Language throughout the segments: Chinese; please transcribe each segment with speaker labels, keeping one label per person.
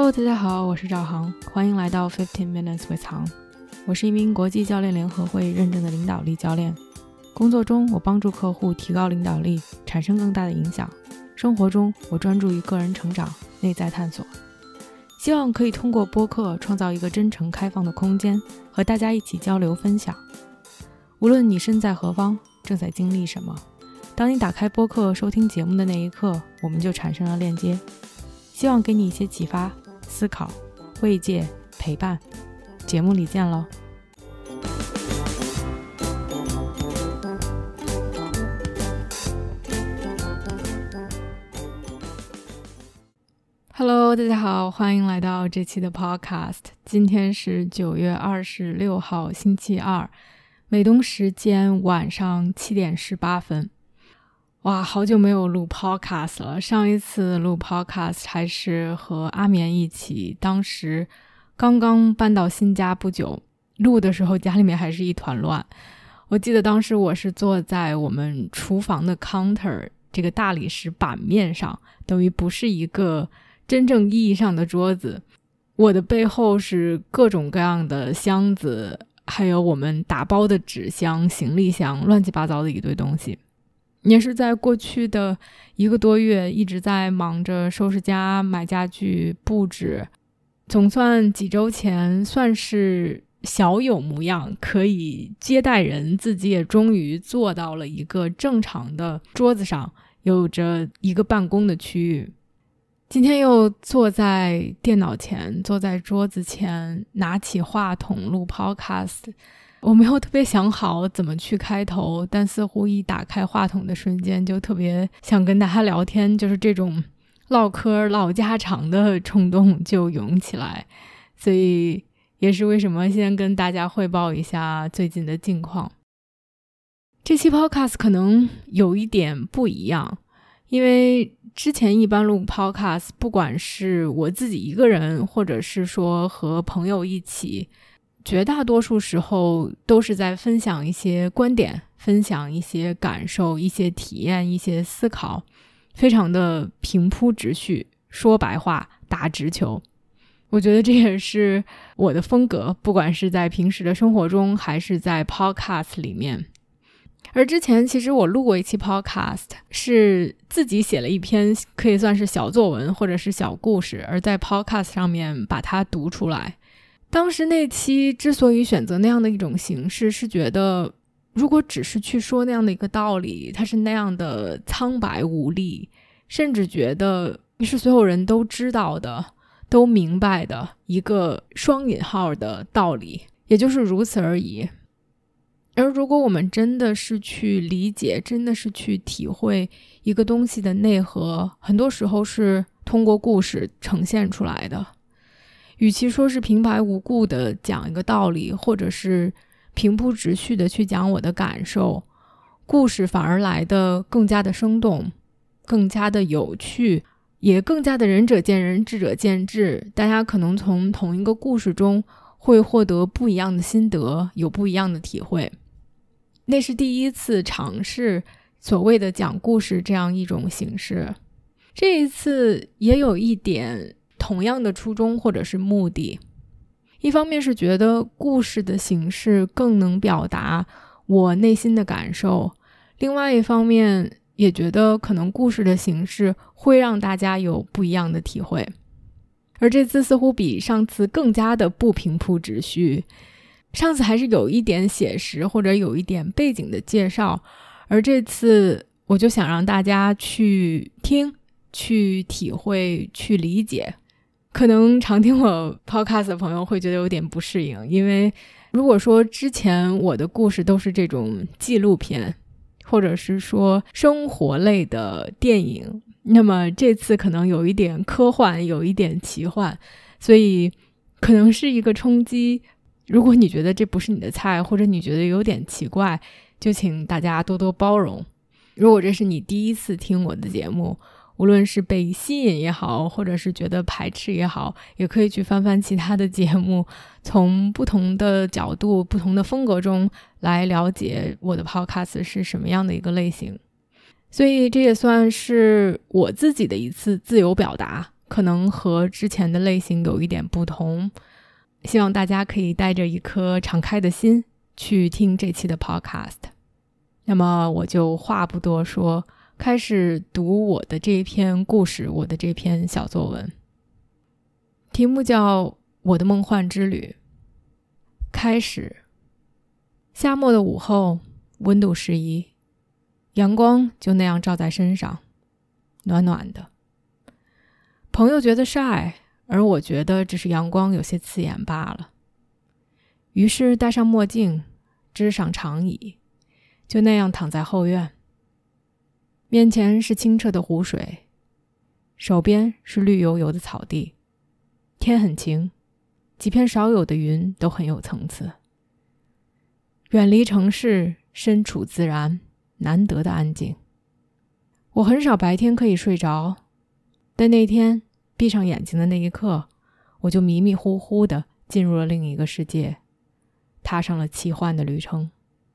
Speaker 1: Hello， 大家好，我是赵航，欢迎来到15 Minutes with 航。我是一名国际教练联合会认证的领导力教练。工作中，我帮助客户提高领导力，产生更大的影响。生活中，我专注于个人成长、内在探索。希望可以通过播客创造一个真诚开放的空间，和大家一起交流分享。无论你身在何方，正在经历什么，当你打开播客收听节目的那一刻，我们就产生了链接。希望给你一些启发、思考、慰藉、陪伴。节目里见咯。Hello， 大家好，欢迎来到这期的 Podcast。今天是9月26号，星期二，美东时间晚上7点18分。哇，好久没有录 podcast 了。上一次录 podcast 还是和阿眠一起，当时刚刚搬到新家不久，录的时候家里面还是一团乱。我记得当时我是坐在我们厨房的 counter 这个大理石板面上，等于不是一个真正意义上的桌子。我的背后是各种各样的箱子，还有我们打包的纸箱、行李箱，乱七八糟的一堆东西。也是在过去的1个多月一直在忙着收拾家、买家具、布置，总算几周前算是小有模样，可以接待人，自己也终于做到了一个正常的桌子上，有着一个办公的区域。今天又坐在电脑前，坐在桌子前，拿起话筒录 podcast。我没有特别想好怎么去开头，但似乎一打开话筒的瞬间就特别想跟大家聊天，就是这种唠嗑唠家常的冲动就涌起来，所以也是为什么先跟大家汇报一下最近的近况。这期 podcast 可能有一点不一样，因为之前一般录 podcast 不管是我自己一个人，或者是说和朋友一起，绝大多数时候都是在分享一些观点，分享一些感受，一些体验，一些思考，非常的平铺直叙，说白话，打直球。我觉得这也是我的风格，不管是在平时的生活中，还是在 podcast 里面。而之前其实我录过一期 podcast， 是自己写了一篇可以算是小作文或者是小故事，而在 podcast 上面把它读出来。当时那期之所以选择那样的一种形式，是觉得如果只是去说那样的一个道理，它是那样的苍白无力，甚至觉得是所有人都知道的、都明白的一个双引号的道理，也就是如此而已。而如果我们真的是去理解，真的是去体会一个东西的内核，很多时候是通过故事呈现出来的。与其说是平白无故的讲一个道理，或者是平铺直叙的去讲我的感受，故事反而来得更加的生动，更加的有趣，也更加的仁者见仁，智者见智。大家可能从同一个故事中会获得不一样的心得，有不一样的体会。那是第一次尝试所谓的讲故事这样一种形式。这一次也有一点同样的初衷或者是目的，一方面是觉得故事的形式更能表达我内心的感受，另外一方面也觉得可能故事的形式会让大家有不一样的体会。而这次似乎比上次更加的不平铺直叙，上次还是有一点写实或者有一点背景的介绍，而这次我就想让大家去听、去体会、去理解。可能常听我 podcast 的朋友会觉得有点不适应，因为如果说之前我的故事都是这种纪录片，或者是说生活类的电影，那么这次可能有一点科幻，有一点奇幻，所以可能是一个冲击。如果你觉得这不是你的菜，或者你觉得有点奇怪，就请大家多多包容。如果这是你第一次听我的节目，无论是被吸引也好，或者是觉得排斥也好，也可以去翻翻其他的节目，从不同的角度、不同的风格中来了解我的 podcast 是什么样的一个类型。所以这也算是我自己的一次自由表达， 可能和之前的类型有一点不同，希望大家可以带着一颗敞开的心去听这期的 podcast。 那么我就话不多说，开始读我的这篇故事，我的这篇小作文，题目叫《我的梦幻之旅》。开始。夏末的午后，温度11，阳光就那样照在身上，暖暖的。朋友觉得晒，而我觉得只是阳光有些刺眼罢了。于是戴上墨镜，支上长椅，就那样躺在后院。面前是清澈的湖水，手边是绿油油的草地，天很晴，几片少有的云都很有层次。远离城市，身处自然，难得的安静。我很少白天可以睡着，但那天闭上眼睛的那一刻，我就迷迷糊糊地进入了另一个世界，踏上了奇幻的旅程。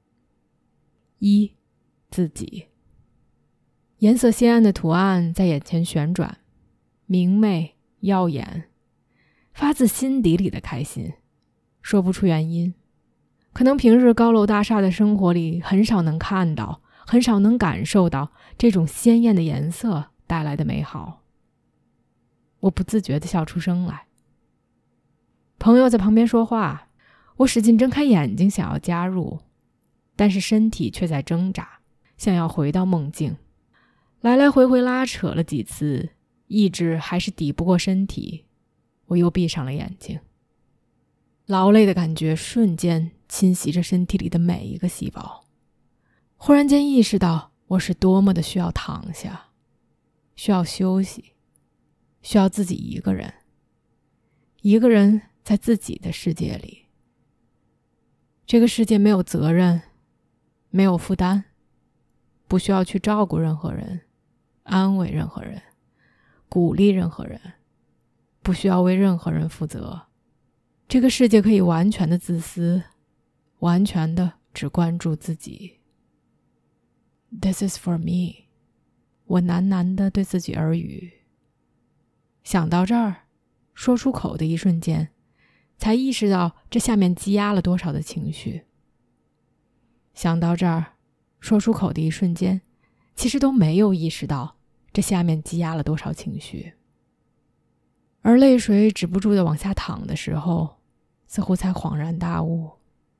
Speaker 1: 自己。颜色鲜艳的图案在眼前旋转，明媚耀眼，发自心底里的开心，说不出原因。可能平日高楼大厦的生活里很少能看到，很少能感受到这种鲜艳的颜色带来的美好。我不自觉地笑出声来。朋友在旁边说话，我使劲睁开眼睛想要加入，但是身体却在挣扎，想要回到梦境。来来回回拉扯了几次，意志还是抵不过身体，我又闭上了眼睛。劳累的感觉瞬间侵袭着身体里的每一个细胞。忽然间意识到我是多么的需要躺下，需要休息，需要自己一个人，一个人在自己的世界里。这个世界没有责任，没有负担，不需要去照顾任何人，安慰任何人，鼓励任何人，不需要为任何人负责。这个世界可以完全的自私，完全的只关注自己。 This is for me， 我喃喃地对自己耳语。想到这儿，说出口的一瞬间，才意识到这下面积压了多少的情绪。想到这儿，说出口的一瞬间，其实都没有意识到这下面积压了多少情绪。而泪水止不住地往下淌的时候，似乎才恍然大悟。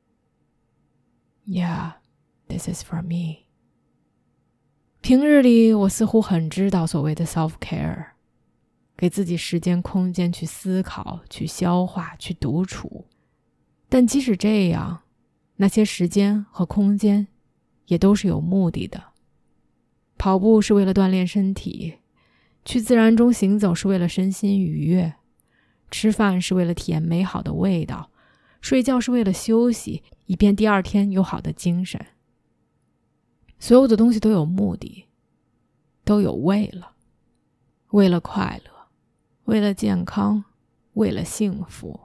Speaker 1: Yeah, this is for me。 平日里我似乎很知道所谓的 self-care， 给自己时间空间去思考，去消化，去独处。但即使这样，那些时间和空间也都是有目的的。跑步是为了锻炼身体，去自然中行走是为了身心愉悦，吃饭是为了体验美好的味道，睡觉是为了休息，以便第二天有好的精神。所有的东西都有目的，都有为了。为了快乐，为了健康，为了幸福，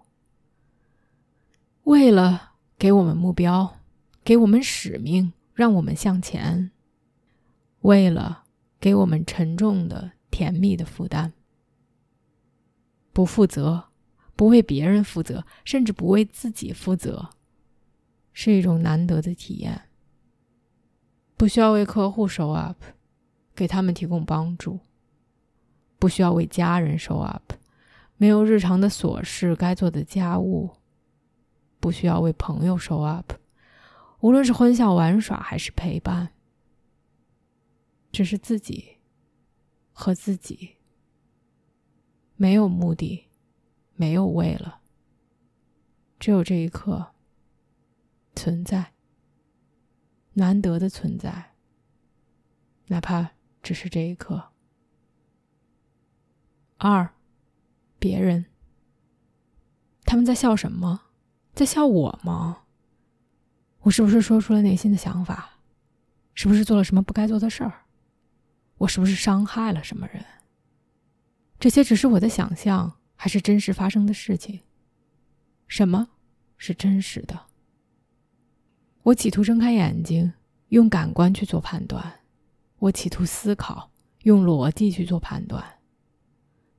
Speaker 1: 为了给我们目标，给我们使命，让我们向前，为了给我们沉重的甜蜜的负担。不负责，不为别人负责，甚至不为自己负责，是一种难得的体验。不需要为客户 show up， 给他们提供帮助；不需要为家人 show up， 没有日常的琐事该做的家务；不需要为朋友 show up， 无论是欢笑玩耍还是陪伴。只是自己和自己，没有目的，没有为了，只有这一刻存在，难得的存在，哪怕只是这一刻。2，别人，他们在笑什么？在笑我吗？我是不是说出了内心的想法？是不是做了什么不该做的事儿？我是不是伤害了什么人？这些只是我的想象，还是真实发生的事情？什么是真实的？我企图睁开眼睛，用感官去做判断；我企图思考，用逻辑去做判断。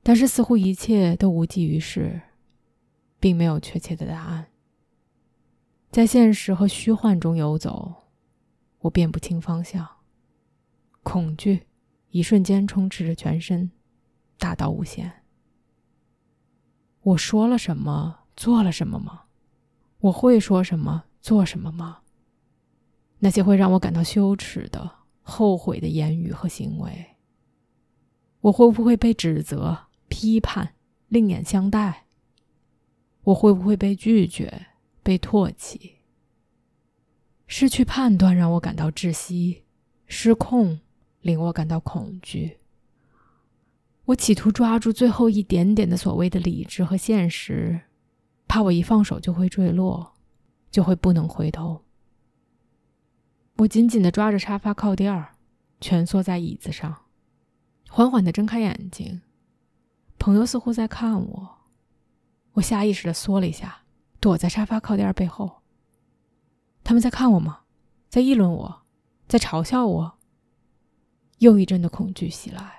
Speaker 1: 但是似乎一切都无济于事，并没有确切的答案。在现实和虚幻中游走，我辨不清方向，恐惧一瞬间充斥着全身，大到无限。我说了什么，做了什么吗？我会说什么，做什么吗？那些会让我感到羞耻的、后悔的言语和行为，我会不会被指责、批判、另眼相待？我会不会被拒绝、被唾弃？失去判断让我感到窒息，失控令我感到恐惧。我企图抓住最后一点点的所谓的理智和现实，怕我一放手就会坠落，就会不能回头。我紧紧地抓着沙发靠垫儿，蜷缩在椅子上，缓缓地睁开眼睛。朋友似乎在看我，我下意识地缩了一下，躲在沙发靠垫背后。他们在看我吗？在议论我？在嘲笑我？又一阵的恐惧袭来。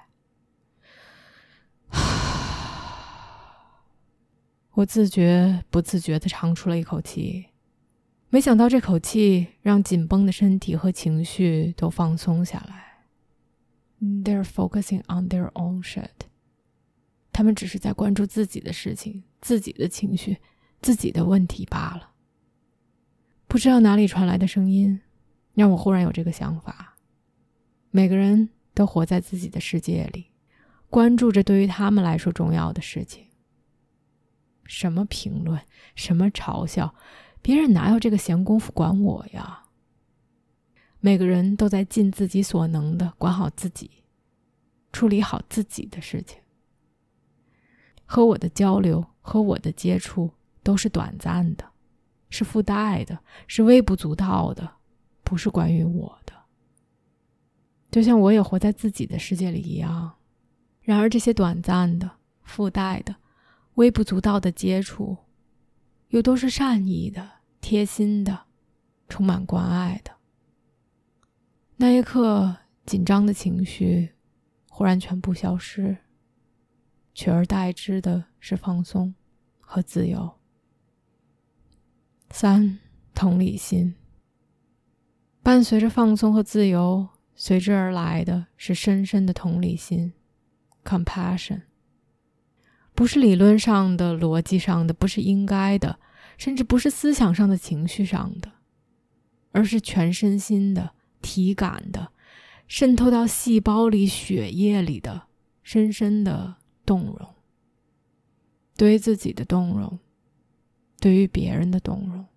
Speaker 1: 我自觉不自觉地长出了一口气，没想到这口气让紧绷的身体和情绪都放松下来。They're focusing on their own shit. 他们只是在关注自己的事情、自己的情绪、自己的问题罢了。不知道哪里传来的声音，让我忽然有这个想法。每个人都活在自己的世界里，关注着对于他们来说重要的事情。什么评论，什么嘲笑，别人哪有这个闲工夫管我呀？每个人都在尽自己所能的管好自己，处理好自己的事情。和我的交流，和我的接触都是短暂的，是附带的，是微不足道的，不是关于我的。就像我也活在自己的世界里一样。然而这些短暂的、附带的、微不足道的接触，又都是善意的、贴心的、充满关爱的。那一刻，紧张的情绪忽然全部消失，取而代之的是放松和自由。3. 同理心。伴随着放松和自由，随之而来的是深深的同理心 compassion。 不是理论上的、逻辑上的，不是应该的，甚至不是思想上的、情绪上的，而是全身心的、体感的，渗透到细胞里、血液里的深深的动容。对于自己的动容，对于别人的动容。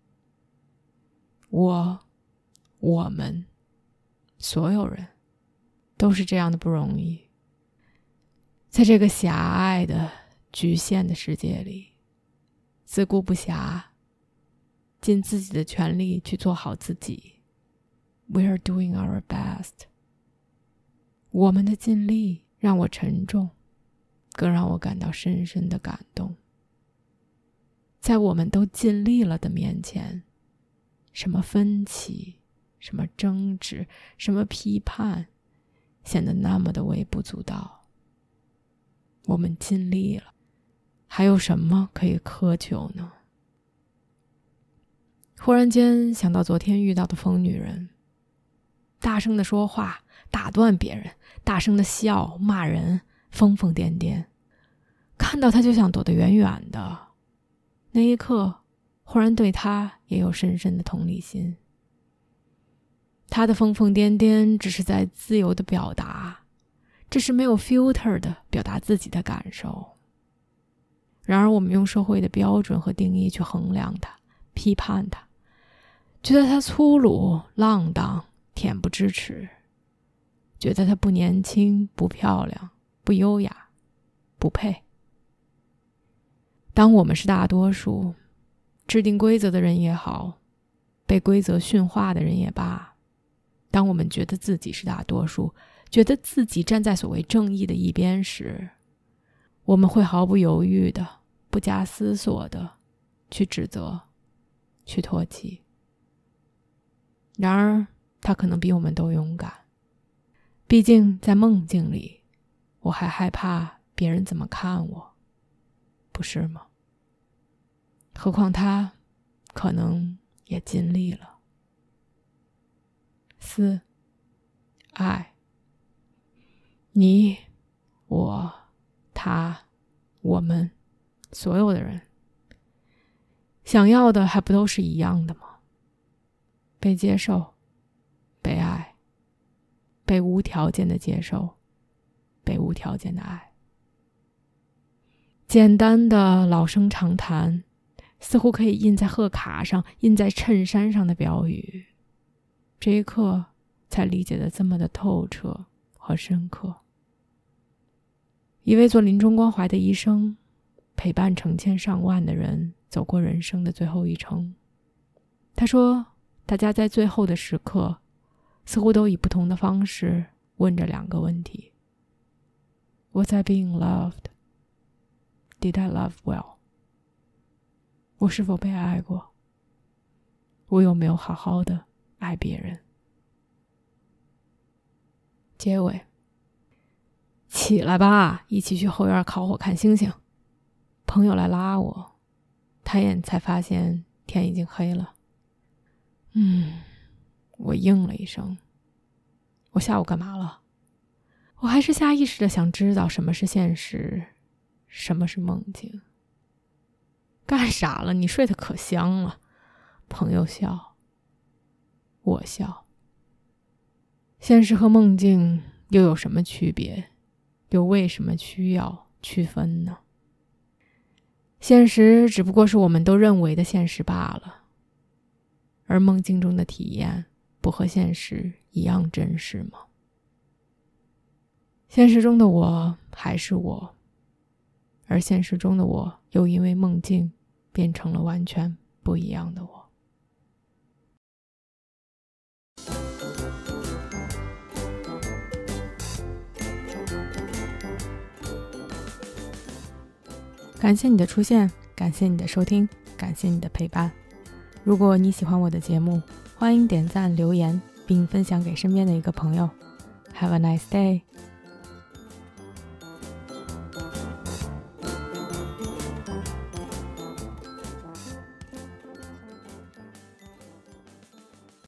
Speaker 1: 我们所有人都是这样的不容易，在这个狭隘的、局限的世界里，自顾不暇，尽自己的全力去做好自己。 We are doing our best。 我们的尽力让我沉重，更让我感到深深的感动。在我们都尽力了的面前，什么分歧，什么争执，什么批判，显得那么的微不足道。我们尽力了，还有什么可以苛求呢？忽然间想到昨天遇到的疯女人，大声的说话，打断别人，大声的笑，骂人，疯疯癫癫，看到她就想躲得远远的。那一刻，忽然对她也有深深的同理心。她的疯疯癫癫只是在自由的表达，这是没有 filter 的表达自己的感受。然而我们用社会的标准和定义去衡量它，批判它，觉得它粗鲁、浪荡、恬不知耻，觉得它不年轻、不漂亮、不优雅、不配。当我们是大多数，制定规则的人也好，被规则驯化的人也罢，当我们觉得自己是大多数，觉得自己站在所谓正义的一边时，我们会毫不犹豫的、不加思索的去指责、去唾弃。然而他可能比我们都勇敢，毕竟在梦境里，我还害怕别人怎么看我，不是吗？何况他可能也尽力了。4. 爱。你、我、他、我们，所有的人，想要的还不都是一样的吗？被接受，被爱，被无条件的接受，被无条件的爱。简单的老生常谈，似乎可以印在贺卡上，印在衬衫上的标语，这一刻才理解得这么的透彻和深刻。一位做临终关怀的医生，陪伴成千上万的人走过人生的最后一程。他说，大家在最后的时刻，似乎都以不同的方式问着2个问题。Was I being loved? Did I love well? 我是否被爱过？我有没有好好的爱别人？结尾，起来吧，一起去后院烤火看星星。朋友来拉我，抬眼才发现天已经黑了。我应了一声。我下午干嘛了？我还是下意识的想知道什么是现实，什么是梦境。干啥了？你睡得可香了。朋友笑，我笑。现实和梦境又有什么区别？又为什么需要区分呢？现实只不过是我们都认为的现实罢了，而梦境中的体验不和现实一样真实吗？现实中的我还是我，而现实中的我又因为梦境变成了完全不一样的我。感谢你的出现，感谢你的收听，感谢你的陪伴。如果你喜欢我的节目，欢迎点赞留言并分享给身边的一个朋友。Have a nice day.